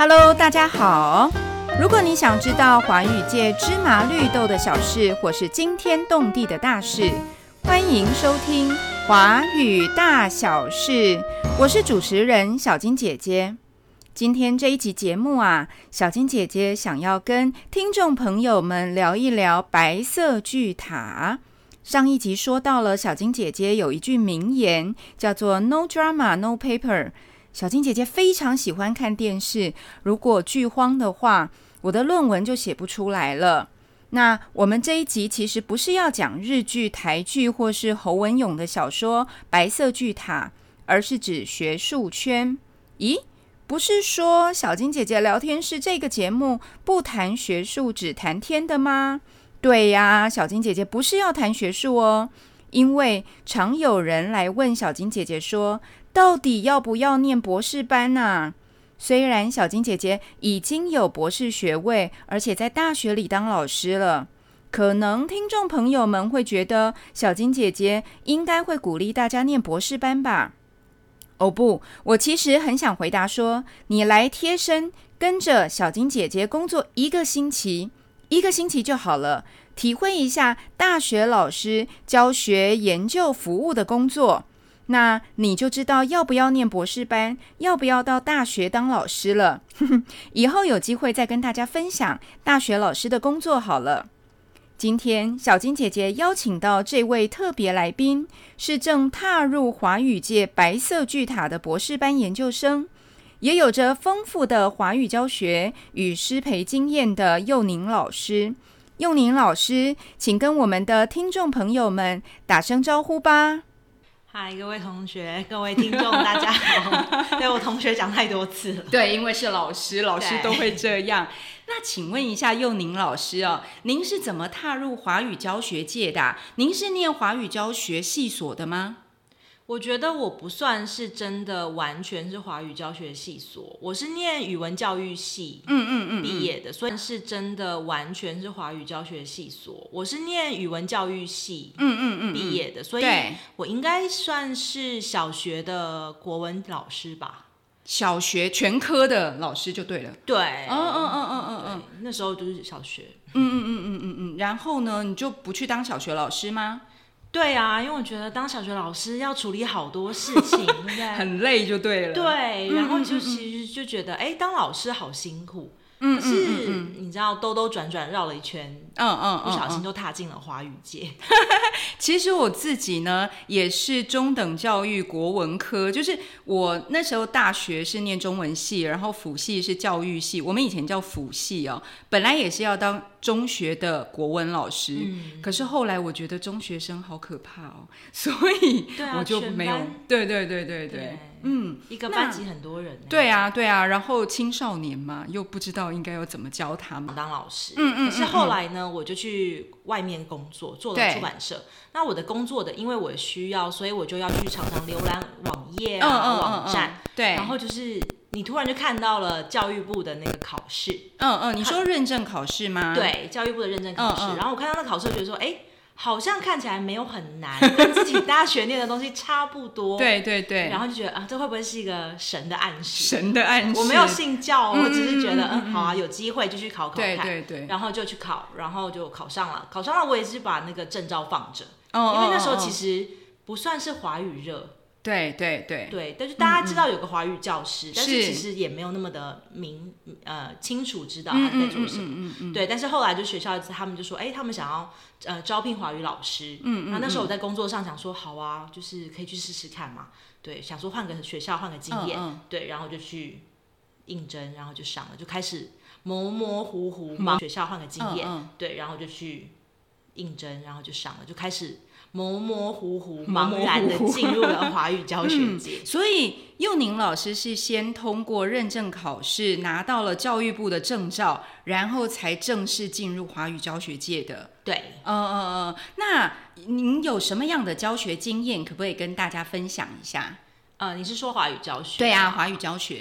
Hello， 大家好。如果你想知道华语界芝麻绿豆的小事，或是惊天动地的大事，欢迎收听《华语大小事》。我是主持人小金姐姐。今天这一集节目啊，小金姐姐想要跟听众朋友们聊一聊白色巨塔。上一集说到了小金姐姐有一句名言，叫做 No drama, no paper。小金姐姐非常喜欢看电视，如果剧荒的话，我的论文就写不出来了。那我们这一集其实不是要讲日剧、台剧或是侯文咏的小说《白色巨塔》，而是指学术圈。咦，不是说小金姐姐聊天室这个节目不谈学术只谈天的吗？对呀，小金姐姐不是要谈学术哦，因为常有人来问小金姐姐说，到底要不要念博士班啊？虽然小金姐姐已经有博士学位，而且在大学里当老师了，可能听众朋友们会觉得小金姐姐应该会鼓励大家念博士班吧？哦不，我其实很想回答说，你来贴身跟着小金姐姐工作一个星期就好了，体会一下大学老师教学、研究、服务的工作，那你就知道要不要念博士班，要不要到大学当老师了。以后有机会再跟大家分享大学老师的工作好了。今天小金姐姐邀请到这位特别来宾，是正踏入华语界白色巨塔的博士班研究生，也有着丰富的华语教学与师培经验的幼宁老师。幼宁老师，请跟我们的听众朋友们打声招呼吧。 嗨，各位同学，各位听众，大家好。对，我同学讲太多次了。 对，因为是老师都会这样。那请问一下幼宁老师哦，您是怎么踏入华语教学界的啊？您是念华语教学系所的吗？ 我觉得我不算是真的完全是华语教学系所，我是念语文教育系毕业的，所以是真的完全是华语教学系所。我是念语文教育系毕业的，所以我应该算是小学的国文老师吧。 小学全科的老师就对了。 对，那时候就是小学。 然后呢，你就不去当小学老师吗？ 对啊，因为我觉得当小学老师要处理好多事情，对不对？ 很累就对了。 对，然后就其实就觉得，当老师好辛苦。可是你知道，兜兜转转绕了一圈，不小心就踏进了华语界。 其实我自己呢，也是中等教育国文科，就是我那时候大学是念中文系，然后辅系是教育系，我们以前叫辅系哦，本来也是要当中学的国文老师，可是后来我觉得中学生好可怕哦，所以我就没有。对， 一个班级很多人。 对啊，然后青少年嘛，又不知道应该要怎么教他们当老师。可是后来呢，我就去外面工作，做了出版社。那我的工作的，因为我的需要，所以我就要去常常浏览网页网站。对，然后就是你突然就看到了教育部的那个考试。 你说认证考试吗？ 对，教育部的认证考试。然后我看到那考试，觉得说，好像看起来没有很难，跟自己大学念的东西差不多。 对， 然后就觉得这会不会是一个神的暗示？ 神的暗示。 我没有信教，我只是觉得好啊，有机会就去考看。 对， 然后就去考，然后就考上了。考上了，我也是把那个证照放着，因为那时候其实不算是华语热。对，但是大家知道有个华语教师，但是其实也没有那么的清楚知道他在做什么。对，但是后来就学校他们就说，他们想要招聘华语老师。那时候我在工作上想说，好啊，就是可以去试试看嘛。对，想说换个学校，换个经验。对，然后就去应征，然后就上了，就开始模模糊糊帮学校换个经验。对，然后就去应征，然后就上了，就开始模模糊糊、茫然的进入了华语教学界。 所以幼宁老师是先通过认证考试拿到了教育部的证照，然后才正式进入华语教学界的。 对， 那您有什么样的教学经验，可不可以跟大家分享一下？ 你是说华语教学？ 对啊，华语教学。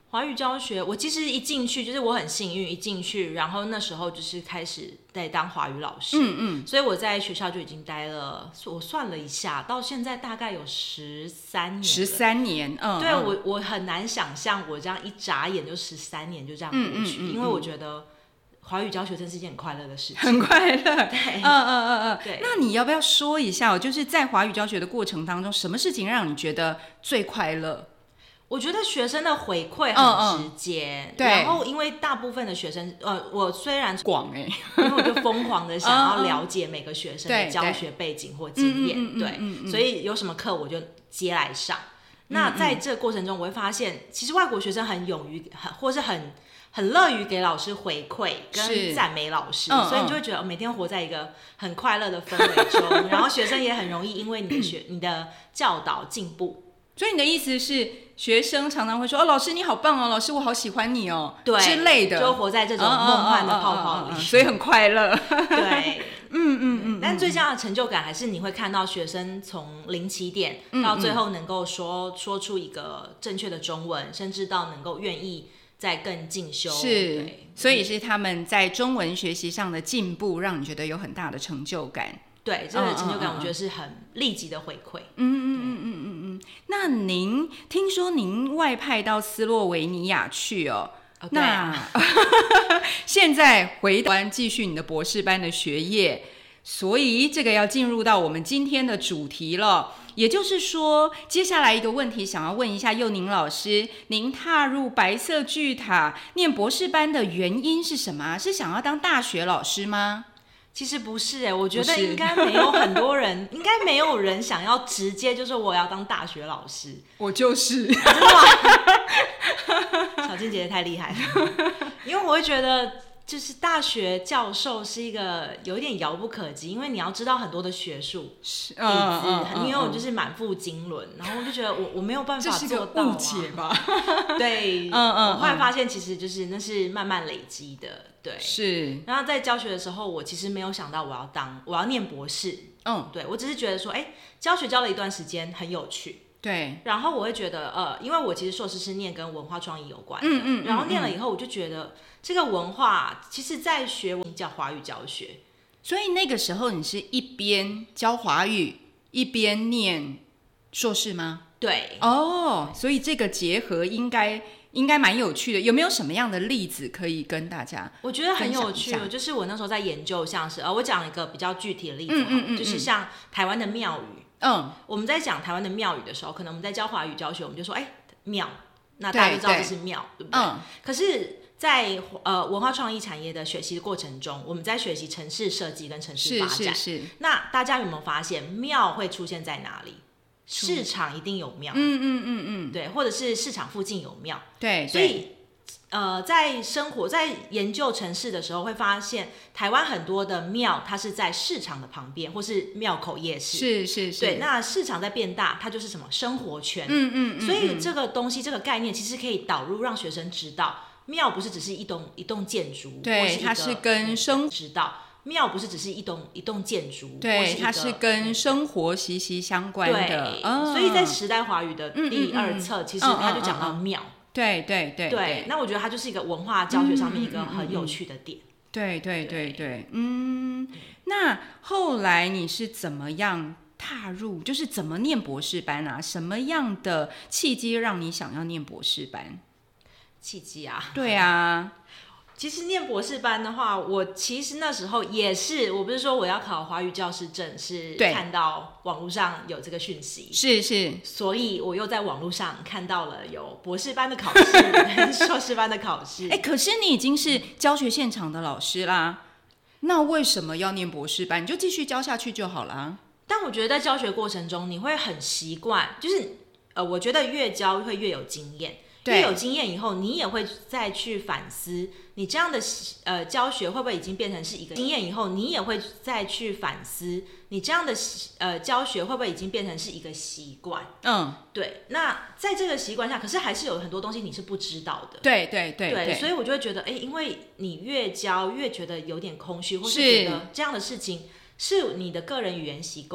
华语教学，我其实一进去就是我很幸运，一进去，然后那时候就是开始在当华语老师，所以我在学校就已经待了，我算了一下，到现在大概有13年。 13年， 对，我很难想象我这样一眨眼就13年就这样过去，因为我觉得华语教学真是一件很快乐的事情， 很快乐。 对， 对。那你要不要说一下，就是在华语教学的过程当中，什么事情让你觉得最快乐？ 我觉得学生的回馈很直接， 对。 然后因为大部分的学生，我虽然广因为我就疯狂的想要了解每个学生的教学背景或经验，对，所以有什么课我就接来上。那在这个过程中，我会发现，其实外国学生很勇于，或是很乐于给老师回馈跟赞美老师，所以你就会觉得每天活在一个很快乐的氛围中，然后学生也很容易因为你的教导进步。 所以你的意思是，学生常常会说：“哦，老师你好棒哦，老师我好喜欢你哦， 对之类的， 就活在这种梦幻的泡泡里， 所以很快乐。” 对，但最重要的成就感还是你会看到学生从零起点到最后能够说出一个正确的中文，甚至到能够愿意再更进修。 是，所以是他们在中文学习上的进步，让你觉得有很大的成就感。 对，这个成就感我觉得是很立即的回馈。 那您听说您外派到斯洛维尼亚去哦？那现在回台湾继续你的博士班的学业，所以这个要进入到我们今天的主题了。也就是说，接下来一个问题想要问一下幼宁老师，您踏入白色巨塔念博士班的原因是什么？是想要当大学老师吗？ 其实不是我觉得应该没有很多人，应该没有人想要直接就说我要当大学老师。 我就是， 真的吗？小静姐姐太厉害了，因为我会觉得就是大学教授是一个有一点遥不可及，因为你要知道很多的学术底子，因为我就是满腹经纶，然后我就觉得我没有办法做到， 这是个误解吧？ 对，我后来发现其实就是那是慢慢累积的。对， 是。 然后在教学的时候，我其实没有想到我要念博士。对，我只是觉得说，教学教了一段时间很有趣。 对。 然后我会觉得，因为我其实硕士是念跟文化创意有关的，然后念了以后，我就觉得这个文化，其实在学文叫华语教学。 所以那个时候你是一边教华语一边念硕士吗？ 对。 所以这个结合应该蛮有趣的，有没有什么样的例子可以跟大家？ 我觉得很有趣，就是我那时候在研究，像是我讲一个比较具体的例子，就是像台湾的庙宇。我们在讲台湾的庙宇的时候，可能我们在教华语教学，我们就说庙，那大家就知道这是庙， 对不对？可是在文化创意产业的学习的过程中，我们在学习城市设计跟城市发展。 是。 那大家有没有发现庙会出现在哪里？市场一定有庙，对，或者是市场附近有庙， 对， 所以在研究城市的时候，会发现台湾很多的庙，它是在市场的旁边，或是庙口夜市， 是， 对。那市场在变大，它就是什么生活圈，所以这个东西，这个概念其实可以导入，让学生知道，庙不是只是一栋建筑， 对，它是跟知道。庙不是只是一栋建筑， 对，它是跟生活息息相关的。 对，所以在时代华语的第2册，其实它就讲到庙。 对， 那我觉得它就是一个文化教学上面一个很有趣的点。 对，那后来你是怎么样踏入，就是怎么念博士班啊？什么样的契机让你想要念博士班？ 契机啊？ 对啊。 其实念博士班的话，我其实那时候也是，我不是说我要考华语教师证，是看到网络上有这个讯息， 是， 所以我又在网络上看到了有博士班的考试跟硕士班的考试。 可是你已经是教学现场的老师啦，那为什么要念博士班？你就继续教下去就好啦。 但我觉得在教学过程中，你会很习惯，就是我觉得越教会越有经验。越有经验以后，你也会再去反思，你这样的教学会不会已经变成是一个经验以后，你也会再去反思，你这样的教学会不会已经变成是一个习惯？对。那在这个习惯下，可是还是有很多东西你是不知道的。 对， 所以我就会觉得，因为你越教越觉得有点空虚，或是觉得这样的事情是你的个人语言习惯，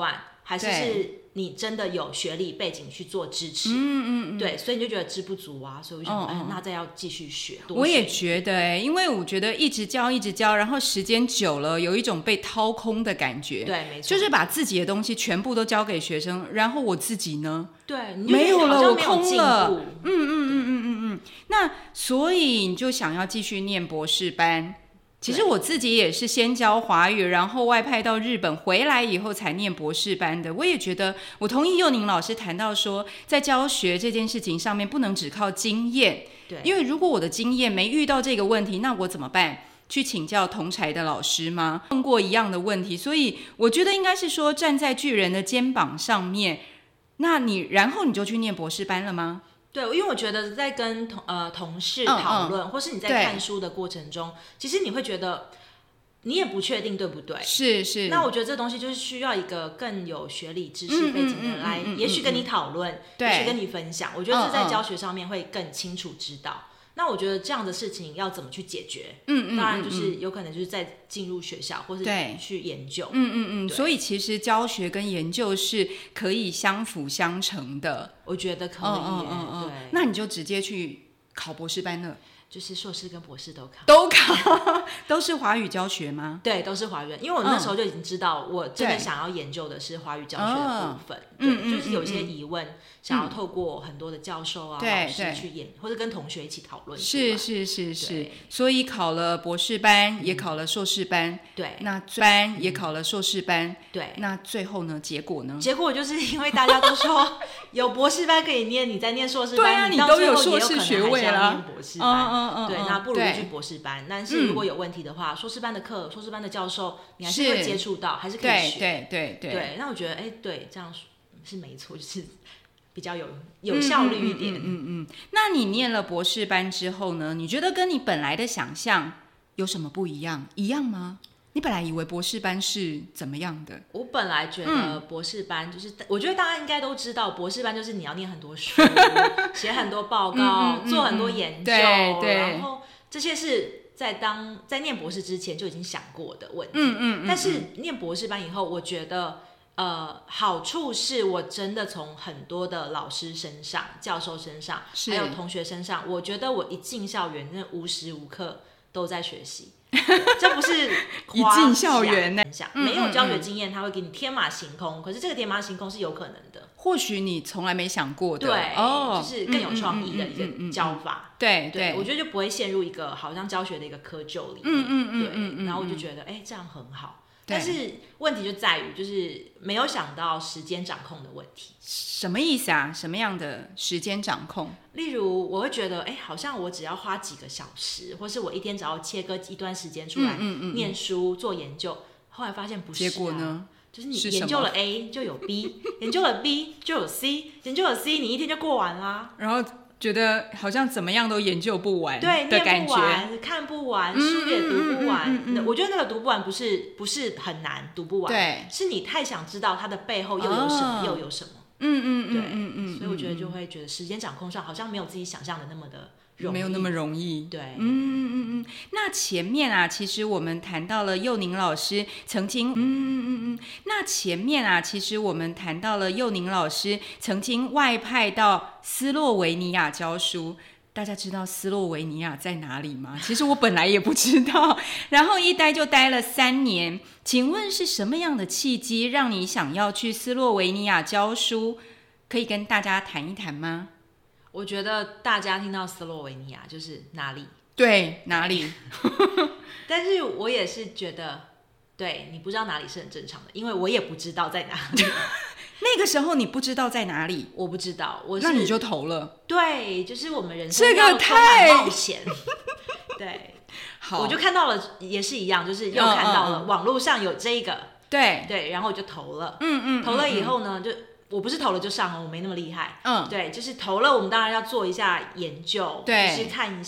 还是你真的有学历背景去做支持？对，所以你就觉得知不足啊，所以我就想那再要继续学。 我也觉得因为我觉得一直教，然后时间久了，有一种被掏空的感觉。 对，没错， 就是把自己的东西全部都交给学生，然后我自己呢？ 对， 没有了，我空了。那所以你就想要继续念博士班。其实我自己也是先教华语，然后外派到日本，回来以后才念博士班的。我也觉得，我同意幼宁老师谈到说，在教学这件事情上面，不能只靠经验。 对， 因为如果我的经验没遇到这个问题，那我怎么办？去请教同侪的老师吗？碰过一样的问题，所以我觉得应该是说，站在巨人的肩膀上面，然后你就去念博士班了吗？ 对，因为我觉得在跟同事讨论，或是你在看书的过程中，其实你会觉得你也不确定对不对？ 是。 那我觉得这东西就是需要一个更有学历知识背景的人来，也许跟你讨论，也许跟你分享。我觉得这在教学上面会更清楚知道。那我觉得这样的事情要怎么去解决？当然就是有可能就是在进入学校，或是去研究。 所以其实教学跟研究是可以相辅相成的。 我觉得可以。对， 那你就直接去考博士班了。 就是硕士跟博士都考，都是华语教学吗？ 对，都是华语。因为我那时候就已经知道，我真的想要研究的是华语教学的部分。对，就是有些疑问，想要透过很多的教授啊、老师去研，或者跟同学一起讨论。 是。所以考了博士班，也考了硕士班。 对， 那班也考了硕士班。 对， 那最后呢？结果呢？ 结果就是因为大家都说有博士班可以念，你在念硕士班， 对啊，你都有硕士学位了，博士班。对，那不如就去博士班。但是如果有问题的话，硕士班的课、硕士班的教授，你还是会接触到，还是可以学。 对。 那我觉得，对，这样是没错，就是比较有效率一点。 那你念了博士班之后呢？你觉得跟你本来的想象有什么不一样？一样吗？你本来以为博士班是怎么样的？ 我本来觉得博士班就是，我觉得大家应该都知道，博士班就是你要念很多书，写很多报告，做很多研究，然后这些是在念博士之前就已经想过的问题。但是念博士班以后，我觉得好处是我真的从很多的老师身上、教授身上，还有同学身上，我觉得我一进校园，那无时无刻都在学习。这不是一进校园没有教学经验，他会给你天马行空。可是这个天马行空是有可能的， 或许你从来没想过的。 对，就是更有创意的一个教法。对，我觉得就不会陷入一个好像教学的一个窠臼里面。对，然后我就觉得，这样很好。但是问题就在于，就是没有想到时间掌控的问题。 什么意思啊？什么样的时间掌控？ 例如，我会觉得，好像我只要花几个小时，或是我一天只要切割一段时间出来念书做研究。后来发现不是。 结果呢？ 就是你研究了 A 就有 B， 研究了 B 就有 C， 研究了 C 你一天就过完啦。 然后觉得好像怎么样都研究不完的感觉， 念不完，看不完，书也读不完。我觉得那个读不完不是很难读不完，对，是你太想知道它的背后又有什么，又有什么。所以我觉得就会觉得时间掌控上好像没有自己想象的那么的容易， 没有那么容易。 对， 那前面啊，其实我们谈到了幼宁老师曾经，那前面啊，其实我们谈到了幼宁老师曾经外派到斯洛维尼亚教书。大家知道斯洛维尼亚在哪里吗？其实我本来也不知道，然后一待就待了3年。请问是什么样的契机让你想要去斯洛维尼亚教书？可以跟大家谈一谈吗？ 我觉得大家听到斯洛维尼亚就是哪里？ 对，哪里？ 但是我也是觉得，对，你不知道哪里是很正常的，因为我也不知道在哪里。 那个时候你不知道在哪里？ 我不知道， 那你就投了。 对，就是我们人生要充满冒险。对， 好， 我就看到了，也是一样，就是又看到了网络上有这个，对，然后我就投了。投了以后呢，就我不是投了就上了，我没那么厉害。对，就是投了，我们当然要做一下研究，就是看一下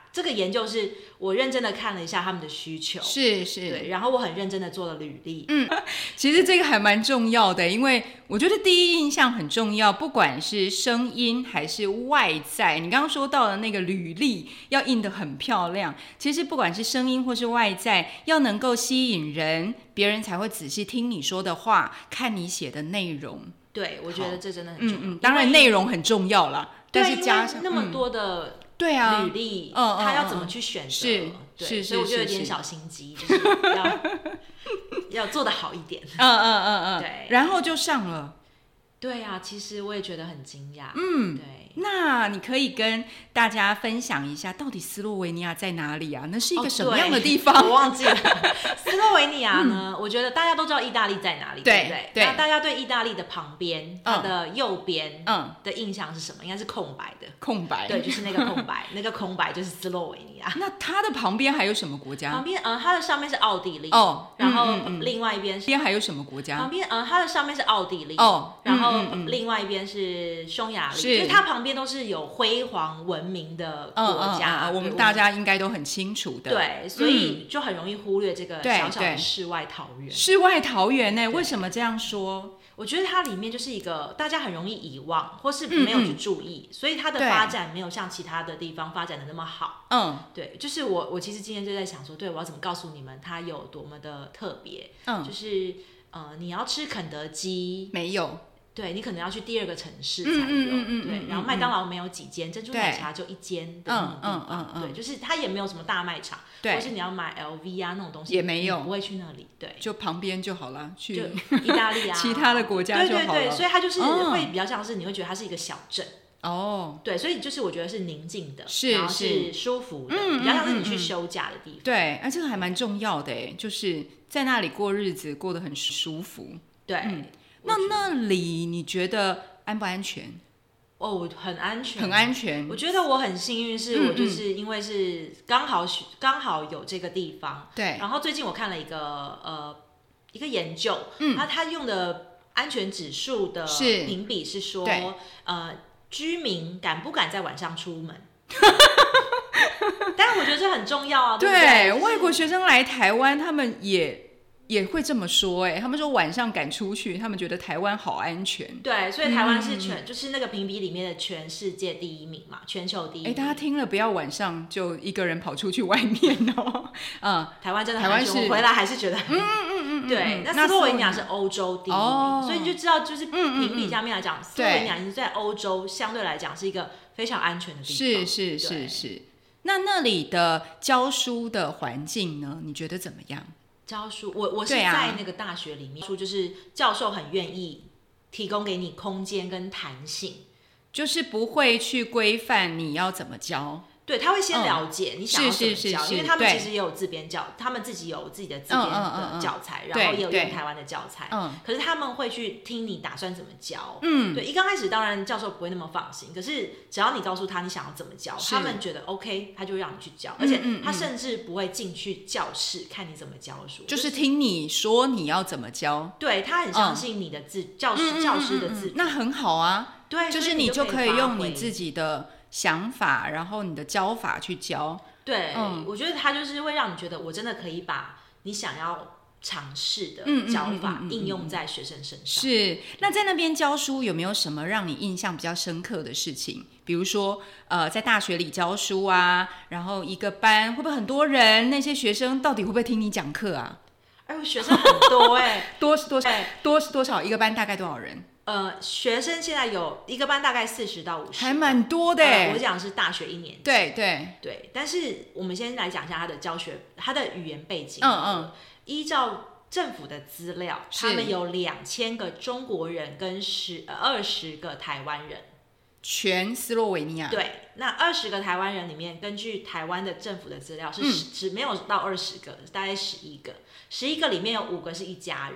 这个研究是我认真的看了一下他们的需求， 是， 对，然后我很认真的做了履历。 其实这个还蛮重要的，因为我觉得第一印象很重要，不管是声音还是外在。你刚刚说到的那个履历要印得很漂亮，其实不管是声音或是外在，要能够吸引人，别人才会仔细听你说的话，看你写的内容。 对，我觉得这真的很重要。 当然内容很重要啦，但是加上那么多的对啊履历，他要怎么去选择？ 是， 所以我就有点小心机，就是要做得好一点。对， 然后就上了。 对啊，其实我也觉得很惊讶。对。 那你可以跟大家分享一下，到底斯洛维尼亚在哪里啊？那是一个什么样的地方？ 我忘记了。斯洛维尼亚呢，我觉得大家都知道意大利在哪里，对不对？那大家对意大利的旁边，它的右边的印象是什么？应该是空白的。 空白。 对，就是那个空白，那个空白就是斯洛维尼亚。 那它的旁边还有什么国家？ 旁边它的上面是奥地利。然后另外一边是。 还有什么国家？ 旁边它的上面是奥地利。然后另外一边是匈牙利。就是它旁边都是有辉煌文明的国家， 我们大家应该都很清楚的。 对，所以就很容易忽略这个小小的世外桃源。 世外桃源呢？为什么这样说？ 我觉得它里面就是一个大家很容易遗忘，或是没有去注意，所以它的发展没有像其他的地方发展的那么好。对，就是我其实今天就在想说，对，我要怎么告诉你们它有多么的特别？就是你要吃肯德基没有。 对，你可能要去第二个城市才有。对，然后麦当劳没有几间，珍珠奶茶就一间的那种地方。对，就是它也没有什么大卖场，或是你要买 LV 啊那种东西也没有， 不会去那里。对， 就旁边就好了，去意大利啊， 其他的国家就好了。 对，所以它就是会比较像是你会觉得它是一个小镇。对，所以就是我觉得是宁静的，然后是舒服的，比较像是你去休假的地方。 对，这个还蛮重要的哎，就是在那里过日子过得很舒服。 对。 那里你觉得安不安全？ 很安全， 很安全。 我觉得我很幸运，是我就是因为是刚好有这个地方。 对。然后最近我看了一个研究，他用的安全指数的评比是说，居民敢不敢在晚上出门？但我觉得这很重要啊，对不对？ 外国学生来台湾，他们也会这么说，他们说晚上敢出去，他们觉得台湾好安全。 对，所以台湾是就是那个评比里面的全世界第一名嘛，全球第一名。 大家听了不要晚上就一个人跑出去外面哦。 台湾真的很安全，我回来还是觉得对。那斯洛维尼亚是欧洲第一名，所以你就知道，就是评比下面来讲，斯洛维尼亚已经在欧洲相对来讲是一个非常安全的地方。 是。那里的教书的环境呢？你觉得怎么样？ 教书，我是在那个大学里面，就是教授很愿意提供给你空间跟弹性， 就是不会去规范你要怎么教。 对，他会先了解你想要怎么教，因为他们其实也有自编教，他们自己有自己的自编的教材，然后也有用台湾的教材。可是他们会去听你打算怎么教。对，一刚开始当然教授不会那么放心，可是只要你告诉他你想要怎么教，他们觉得 OK， 他就会让你去教，而且他甚至不会进去教室看你怎么教书， 就是听你说你要怎么教。 对，他很相信你的教师的自主， 那很好啊。对，就是你就可以用你自己的想法，然后你的教法去教。 对，我觉得他就是会让你觉得我真的可以把你想要尝试的教法应用在学生身上。 是，那在那边教书有没有什么让你印象比较深刻的事情？比如说在大学里教书啊，然后一个班会不会很多人？那些学生到底会不会听你讲课啊？ 学生很多多是多少？一个班大概多少人？ 学生现在有一个班大概40到50， 还蛮多的。 我讲的是大学1年级。对，但是我们先来讲一下他的教学，他的语言背景。依照政府的资料，他们有2000个中国人跟20个台湾人。 全斯洛维尼亚。 对，那20个台湾人里面，根据台湾的政府的资料是只没有到20个，大概11个，11个里面有5个是一家人。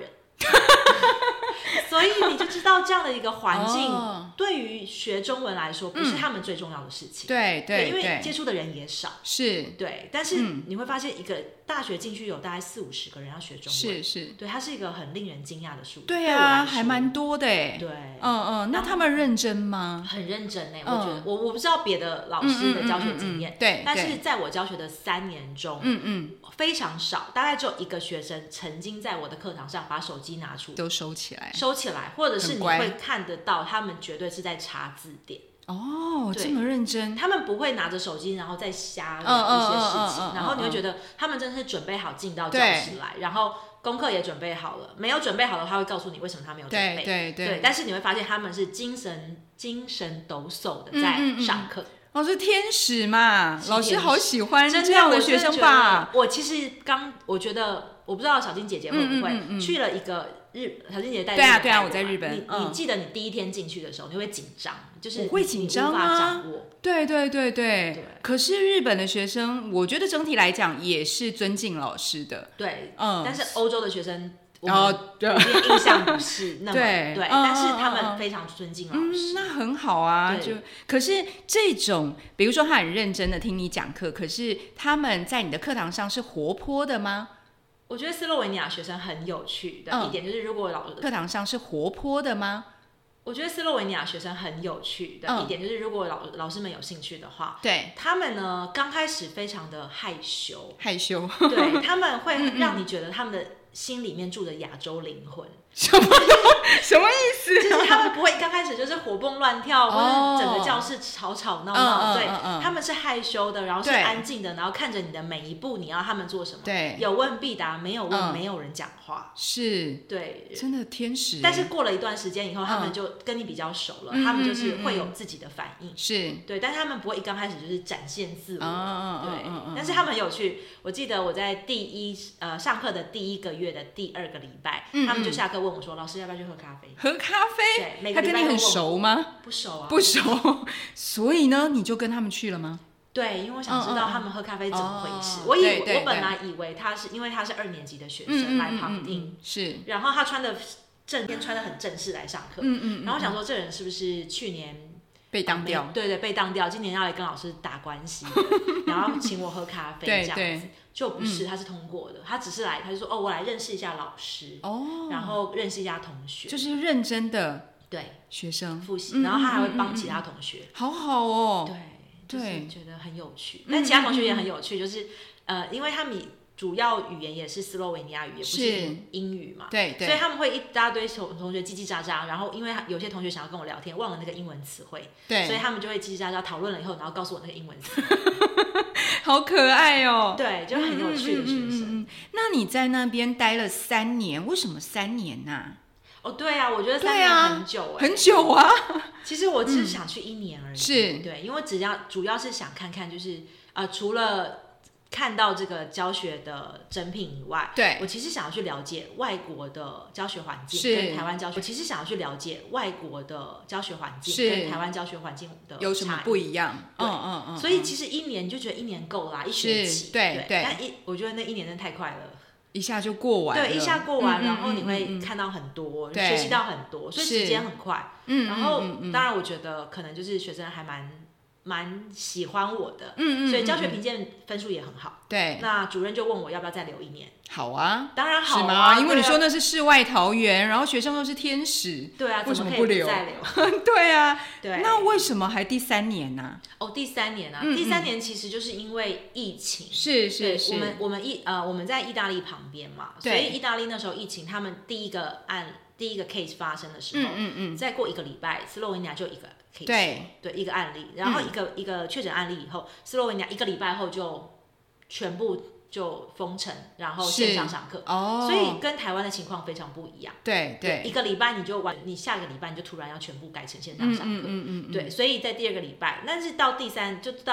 所以你就知道这样的一个环境，对于学中文来说，不是他们最重要的事情。 对， 因为接触的人也少。 是， 对。但是你会发现，一个大学进去有大概40-50个人要学中文， 是， 对，它是一个很令人惊讶的数字。 对啊，还蛮多的哎。 对， 那他们认真吗？ 很认真哎，我觉得我不知道别的老师的教学经验， 对， 但是在我教学的3年中，非常少，大概只有一个学生曾经在我的课堂上把手机拿出， 都收起来， 或者是你会看得到，他们绝对是在查字典。 这么认真， 他们不会拿着手机然后再瞎聊一些事情，然后你会觉得他们真的是准备好进到教室来，然后功课也准备好了，没有准备好的他会告诉你为什么他没有准备，对，但是你会发现他们是精神抖擞的在上课。 是天使嘛，老师好喜欢这样的学生吧。 我其实我觉得，我不知道小金姐姐会不会去了一个小金姐姐带日本， 对啊，我在日本。 你记得你第一天进去的时候，你会紧张，就是我会紧张啊， 你无法掌握。 对。可是日本的学生，我觉得整体来讲也是尊敬老师的。 对，但是欧洲的学生，我印象不是那么对，但是他们非常尊敬老师， 那很好啊。可是这种，比如说他很认真的听你讲课，可是他们在你的课堂上是活泼的吗？ 我觉得斯洛维尼亚学生很有趣的一点就是，如果课堂上是活泼的吗？ 我觉得斯洛维尼亚学生很有趣的一点就是，如果老师们有兴趣的话， 对他们呢刚开始非常的害羞， 对， 他们会让你觉得他们的心里面住着亚洲灵魂。 什么意思？ 就是他们不会刚开始就是活蹦乱跳，或者整个教室吵吵闹闹，对，他们是害羞的，然后是安静的，然后看着你的每一步，你要他们做什么， 对， 有问必答，没有问没有人讲话， 是， 对， 真的天使。 但是过了一段时间以后，他们就跟你比较熟了，他们就是会有自己的反应， 是对， 但是他们不会一刚开始就是展现自我，对，但是他们很有趣。我记得我在上课的第1个月的第2个礼拜，他们就下课问我说：“老师要不要去喝咖啡？” 喝咖啡？对，他跟你很熟吗？ 不熟啊， 不熟。所以呢，你就跟他们去了吗？ 对，因为我想知道他们喝咖啡怎么回事。我本来以为因为他是2年级的学生来旁听， 是， 然后他穿的很正式来上课，然后我想说这人是不是去年被当掉？ 对，被当掉，今年要来跟老师打关系，然后请我喝咖啡这样子。就不是，他是通过的，他只是来，他就说我来认识一下老师，然后认识一下同学， 就是认真的对学生复习，然后他还会帮其他同学， 好好哦， 对，就是觉得很有趣，但其他同学也很有趣，就是因为他们主要语言也是斯洛维尼亚语，也不是英语嘛， 对， 所以他们会一大堆同学叽叽喳喳，然后因为有些同学想要跟我聊天，忘了那个英文词汇，对，所以他们就会叽叽喳喳讨论了以后，然后告诉我那个英文词汇。 好可爱哦， 对，就很有趣的学生。 那你在那边待了3年，为什么3年啊？ 对啊，我觉得3年很久很久啊。 其实我只是想去1年而已， 是， 对，因为主要是想看看，就是除了看到这个教学的珍品以外，对，我其实想要去了解外国的教学环境跟台湾教学。我其实想要去了解外国的教学环境跟台湾教学环境的有什么不一样？ 所以其实1年就觉得1年够啦，1学期，对。但我觉得那1年真的太快了， 一下就过完了。 对，一下过完，然后你会看到很多，学习到很多，所以时间很快。然后当然我觉得可能就是学生还蛮喜欢我的，所以教学评鉴分数也很好。对，那主任就问我要不要再留1年。 好啊， 当然好啊， 因为你说那是世外桃源，然后学生都是天使， 对啊， 为什么不留？ 再留？ 对啊，对。那为什么还第3年呢？ 第3年啊，第3年其实就是因为疫情， 是， 我们在意大利旁边嘛，所以意大利那时候疫情，他们第一个 case 发生的时候，再过1个礼拜，斯洛文尼亚就一个 case， 对，一个案例，然后一个确诊案例以后，斯洛文尼亚1个礼拜后就全部就封城，然后线上上课，所以跟台湾的情况非常不一样。对，1个礼拜你下个礼拜你就突然要全部改成线上上课，对，所以在第2个礼拜，但是到第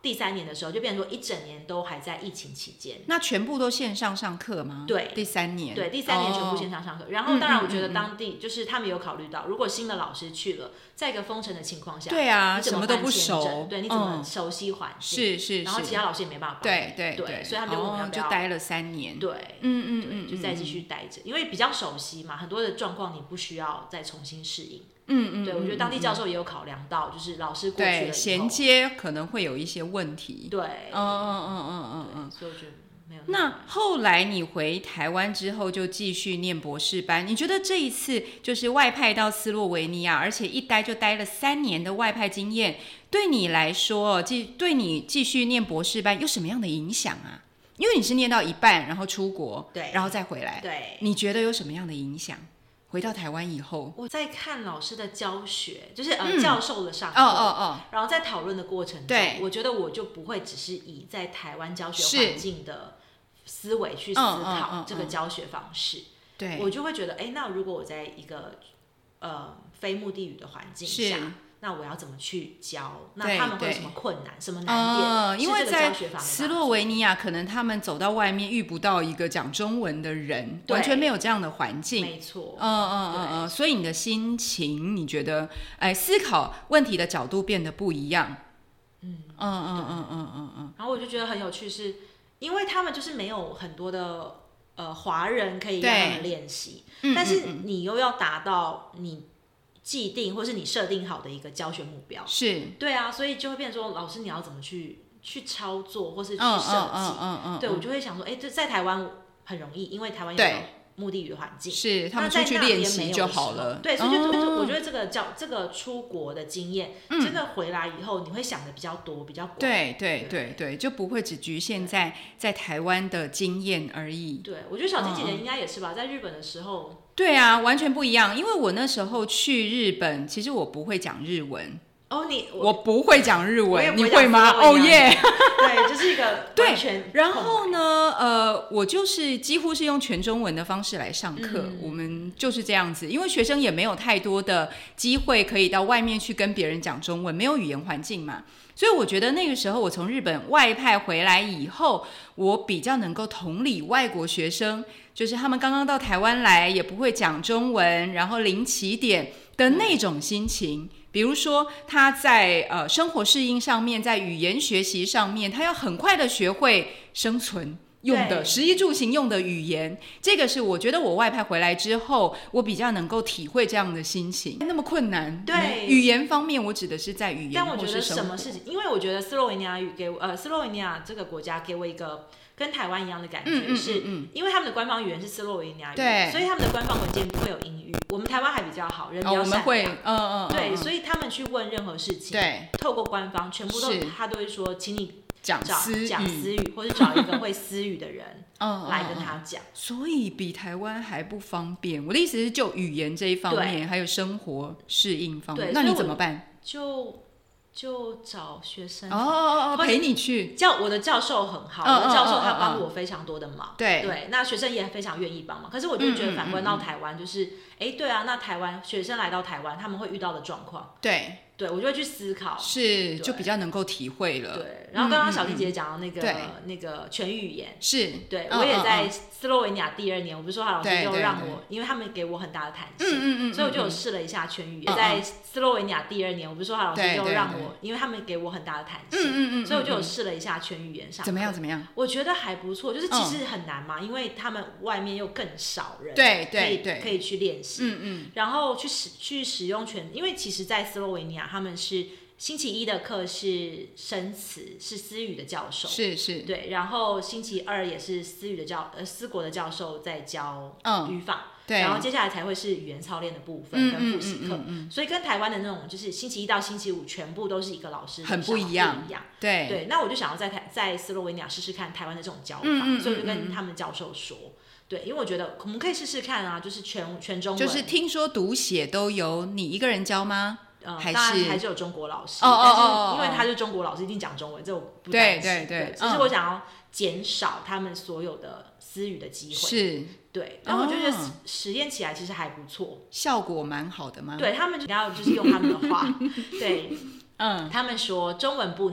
第3年的时候，就变成说一整年都还在疫情期间。 那全部都线上上课吗？ 对， 第3年。 对，第3年全部线上上课。然后当然我觉得当地就是他们有考虑到，如果新的老师去了，在一个封城的情况下， 对啊， 你怎么什么都不熟， 对，你怎么熟悉环境？ 是。 然后其他老师也没办法帮你。对，所以他们就问我要不要， 就待了3年。 对，就再继续待着，因为比较熟悉嘛，很多的状况你不需要再重新适应。对，我觉得当地教授也有考量到，就是老师过去了以后， 衔接可能会有一些问题。 对， 所以我觉得没有。 那后来你回台湾之后就继续念博士班，你觉得这一次就是外派到斯洛维尼亚，而且一待就待了3年的外派经验，对你来说，对你继续念博士班有什么样的影响啊？因为你是念到一半，然后出国， 对， 然后再回来， 对， 你觉得有什么样的影响？回到台湾以后， 我在看老师的教学，就是教授的上课，然后在讨论的过程中，我觉得我就不会只是以在台湾教学环境的思维去思考这个教学方式， 对， 我就会觉得，那如果我在一个非目的语的环境下，那我要怎么去教？那他们会有什么困难、什么难点？ 因为在斯洛维尼亚，可能他们走到外面遇不到一个讲中文的人，完全没有这样的环境。 没错。 所以你的心情，你觉得，思考问题的角度变得不一样。 然后我就觉得很有趣，是因为他们就是没有很多的华人可以让他们练习，但是你又要达到你既定或是你设定好的一个教学目标， 是对啊，所以就会变成说，老师你要怎么去操作或是去设计，对，我就会想说，这在台湾很容易，因为台湾有目的语的环境， 是他们出去练习就好了， 对，所以我觉得这个出国的经验，真的回来以后，你会想的比较多，比较广， 对，就不会只局限在台湾的经验而已。 对，我觉得小金姐姐应该也是吧，在日本的时候。 对啊，完全不一样。因为我那时候去日本，其实我不会讲日文。我不会讲日文，你会吗？耶！ 对，就是一个完全。 然后呢，我就是几乎是用全中文的方式来上课。我们就是这样子，因为学生也没有太多的机会可以到外面去跟别人讲中文，没有语言环境嘛。所以我觉得那个时候我从日本外派回来以后，我比较能够同理外国学生，就是他们刚刚到台湾来也不会讲中文，然后零起点的那种心情。比如说他在生活适应上面，在语言学习上面，他要很快的学会生存用的食衣住行用的语言，这个是我觉得我外派回来之后，我比较能够体会这样的心情。那么困难， 对语言方面，我指的是在语言， 但我觉得什么事情，因为我觉得斯洛维尼亚语斯洛维尼亚这个国家给我一个跟台湾一样的感觉，是因为他们的官方语言是斯洛维尼亚语， 对， 所以他们的官方文件不会有英语。我们台湾还比较好，人比较善良，对，所以他们去问任何事情， 对， 透过官方全部都他都会说，请你讲私语，或者找一个会私语的人来跟他讲， 所以比台湾还不方便。我的意思是，就语言这一方面，还有生活适应方面，那你怎么办？ 就找学生陪你去。 我的教授很好，我的教授他帮我非常多的忙，对，那学生也非常愿意帮忙。可是我就觉得反观到台湾，就是对啊，那台湾学生来到台湾，他们会遇到的状况，对，我就会去思考， 是就比较能够体会了。 对，然后刚刚小婷姐讲到那个全语言， 是对，我也在斯洛维尼亚第2年，我不是说老师就让我，因为他们给我很大的弹性，所以我就有试了一下全语言。在斯洛维尼亚第2年，我不是说老师就让我，因为他们给我很大的弹性，所以我就有试了一下全语言上课。 怎么样？ 我觉得还不错，就是其实很难嘛，因为他们外面又更少人，可以去练习，然后去使用因为其实，在斯洛维尼亚他们是星期1的课是生词，是私语的教授， 是对，然后星期2也是思国的教授在教语法，对，然后接下来才会是语言操练的部分跟复习课，所以跟台湾的那种就是星期1到星期5全部都是一个老师， 很不一样， 对，那我就想要在斯洛维尼亚试试看台湾的这种教法，所以我就跟他们教授说。对，因为我觉得我们可以试试看啊，就是全中文。就是听说读写都由你一个人教吗？当然还是有中国老师，但是因为他是中国老师，一定讲中文，这我不担心。对，只是我想要减少他们所有的私语的机会。是，对。然后我觉得实验起来其实还不错，效果蛮好的吗？对，他们要就是用他们的话，对，他们说中文不难。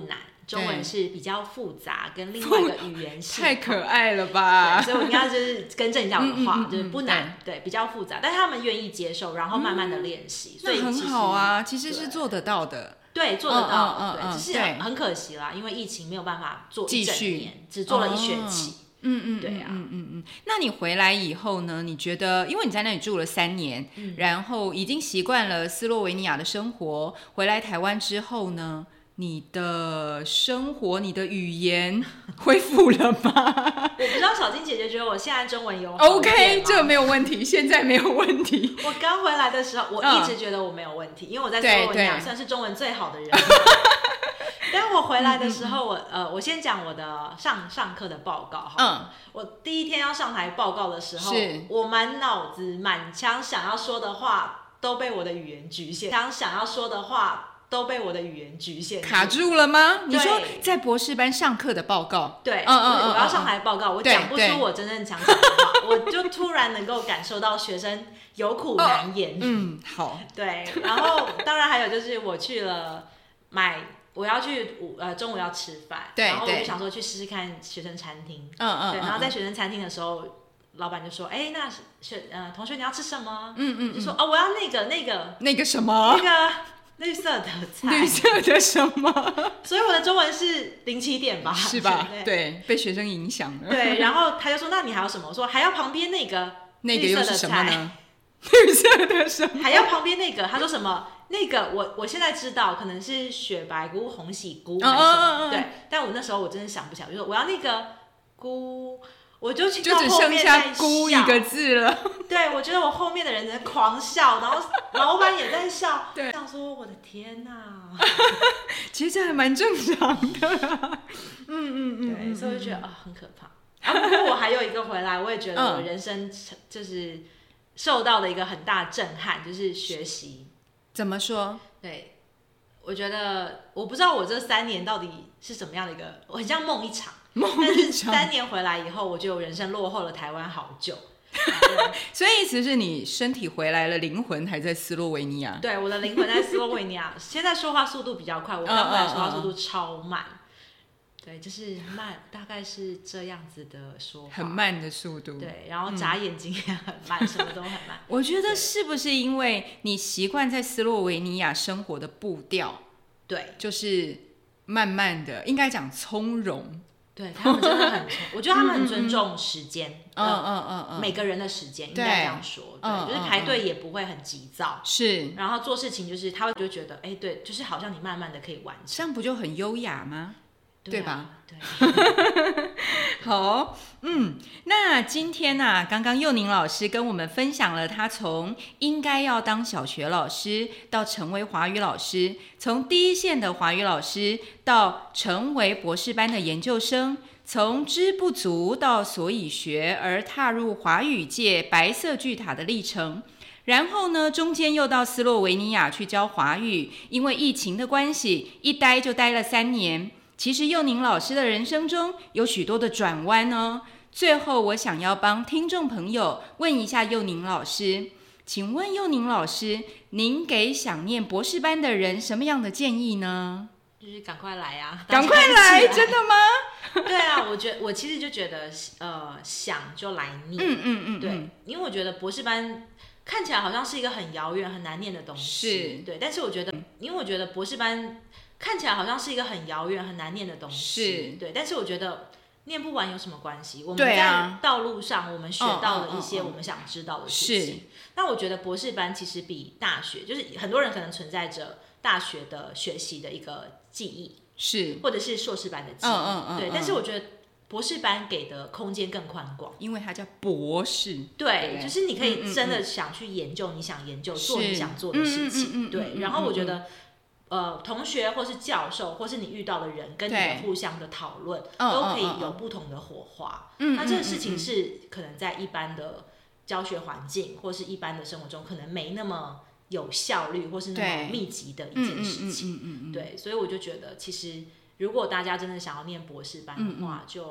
中文是比较复杂，跟另外一个语言系统。 太可爱了吧！ 所以我应该就是更正一下我的话，就是不难，对，比较复杂，但是他们愿意接受，然后慢慢的练习，所以那很好啊，其实是做得到的。 对，做得到，对，只是很可惜啦，因为疫情没有办法做一整年，只做了1学期。对啊， 那你回来以后呢？你觉得，因为你在那里住了3年，然后已经习惯了斯洛维尼亚的生活，回来台湾之后呢，你的生活、你的语言恢复了吗？ 我不知道小金姐姐觉得我现在中文有 OK， 这个没有问题，现在没有问题。 我刚回来的时候，我一直觉得我没有问题，因为我在斯洛维尼亚算是中文最好的人。但我回来的时候，我先讲我的上课的报告好。我第一天要上台报告的时候，我满脑子满腔想要说的话都被我的语言局限，想要说的话都被我的语言局限卡住了吗？你说在博士班上课的报告， 对，我要上台报告，我讲不出我真正想讲的话，我就突然能够感受到学生有苦难言。 好， 对，然后当然还有就是我去了我要去中午要吃饭，然后我就想说去试试看学生餐厅，对，然后在学生餐厅的时候，老板就说，那同学你要吃什么？就说我要那个什么， 那个绿色的菜， 绿色的什么？ 所以我的中文是07点吧， 是吧？对，被学生影响了。 对，然后他就说，那你还有什么？我说还要旁边那个绿色的菜。 绿色的什么？ 还要旁边那个，他说什么？那个我现在知道，可能是雪白菇、红喜菇还是什么？对，但我那时候我真的想不起来，就说我要那个菇，我就去到后面在笑， 就只剩下菇一个字了。 对，我觉得我后面的人在狂笑，然后老板也在笑，对，想说我的天哪， 其实这还蛮正常的。 对，所以我就觉得很可怕。不过我还有一个回来，我也觉得我人生就是受到的一个很大震撼，就是学习。 怎么说？ 对，我觉得我不知道我这3年到底是什么样的一个，我很像梦一场。但是3年回来以后，我觉得我人生落后了台湾好久。 所以意思是你身体回来了，灵魂还在斯洛维尼亚。 对，我的灵魂在斯洛维尼亚。现在说话速度比较快，我刚回来说话速度超慢。对，就是慢，大概是这样子的说法， 很慢的速度。 对，然后眨眼睛也很慢，什么都很慢。 我觉得是不是因为你习惯在斯洛维尼亚生活的步调？ 对， 就是慢慢的，应该讲从容。 对，他们真的很我觉得他们很尊重时间，每个人的时间应该这样说，对，就是排队也不会很急躁， 是， 然后做事情就是他会就觉得，对，就是好像你慢慢的可以完成， 这样不就很优雅吗？对吧？ 对。 好，那今天啊，刚刚幼宁老师跟我们分享了他从应该要当小学老师到成为华语老师，从第一线的华语老师到成为博士班的研究生，从知不足到所以学而踏入华语界白色巨塔的历程。然后呢，中间又到斯洛维尼亚去教华语，因为疫情的关系，一待就待了3年。其实幼宁老师的人生中有许多的转弯哦。最后我想要帮听众朋友问一下幼宁老师，请问幼宁老师，您给想念博士班的人什么样的建议呢？ 就是赶快来啊！ 赶快来，真的吗？ 对啊，我其实就觉得想就来念，对，因为我觉得博士班看起来好像是一个很遥远很难念的东西，对，但是我觉得，因为我觉得博士班看起来好像是一个很遥远很难念的东西，对，但是我觉得念不完有什么关系？我们在道路上我们学到了一些我们想知道的事情。那我觉得博士班其实比大学，就是很多人可能存在着大学的学习的一个记忆， 是， 或者是硕士班的记忆，对，但是我觉得博士班给的空间更宽广， 因为它叫博士， 对，就是你可以真的想去研究你想研究，做你想做的事情，对。然后我觉得，同学或是教授或是你遇到的人跟你的互相的讨论，都可以有不同的火花。那这个事情是可能在一般的教学环境或是一般的生活中，可能没那么有效率或是那么密集的一件事情。对，所以我就觉得，其实如果大家真的想要念博士班的话，就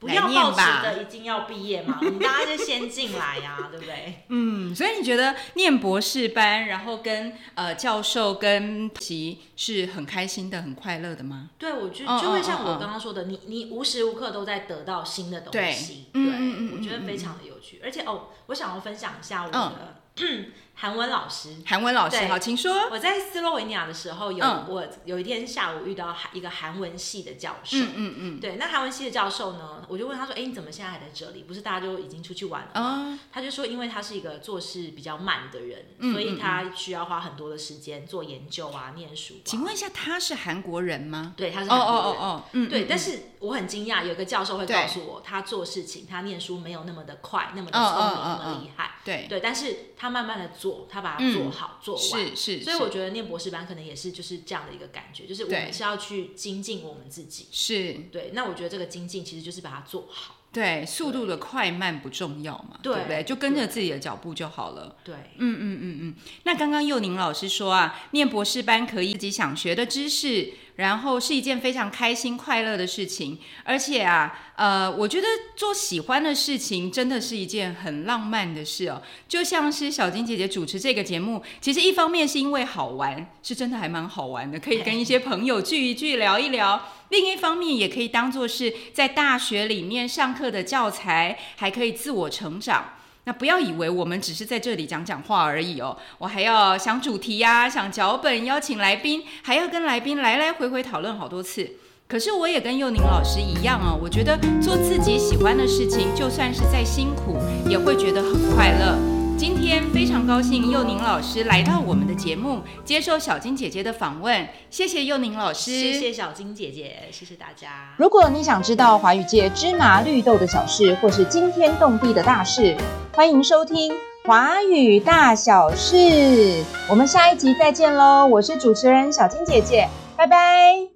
不要抱持的一定要毕业嘛，我们大家就先进来呀，对不对？ 所以你觉得念博士班，然后跟教授跟其是很开心的、很快乐的吗？ 对，我觉得就会像我刚刚说的，你无时无刻都在得到新的东西，对，我觉得非常的有趣。而且我想要分享一下我的韩文老师， 好，请说。 我在斯洛文尼亚的时候，我有一天下午遇到一个韩文系的教授，对，那韩文系的教授呢，我就问他说，你怎么现在还在这里？不是大家就已经出去玩了吗？他就说，因为他是一个做事比较慢的人，所以他需要花很多的时间做研究啊、念书。 请问一下，他是韩国人吗？ 对，他是韩国人。对，但是我很惊讶，有个教授会告诉我，他做事情、他念书没有那么的快、那么的聪明、那么厉害。对，但是他慢慢的做，他把它做好、做完。所以我觉得念博士班可能也是就是这样的一个感觉，就是我们是要去精进我们自己。 是， 对。那我觉得这个精进其实就是把它做好。 对，速度的快慢不重要嘛，对不对？就跟着自己的脚步就好了。 对， 那刚刚佑宁老师说啊，念博士班可以自己想学的知识，然后是一件非常开心快乐的事情，而且我觉得做喜欢的事情真的是一件很浪漫的事哦。就像是小金姐姐主持这个节目，其实一方面是因为好玩，是真的还蛮好玩的，可以跟一些朋友聚一聚、聊一聊。另一方面也可以当作是在大学里面上课的教材，还可以自我成长。那不要以为我们只是在这里讲讲话而已哦，我还要想主题啊，想脚本，邀请来宾，还要跟来宾来来回回讨论好多次。可是我也跟佑宁老师一样哦，我觉得做自己喜欢的事情，就算是再辛苦，也会觉得很快乐。今天非常高兴佑宁老师来到我们的节目，接受小金姐姐的访问。谢谢佑宁老师， 谢谢小金姐姐，谢谢大家。 如果你想知道华语界芝麻绿豆的小事，或是惊天动地的大事，欢迎收听华语大小事。我们下一集再见喽！我是主持人小金姐姐，拜拜。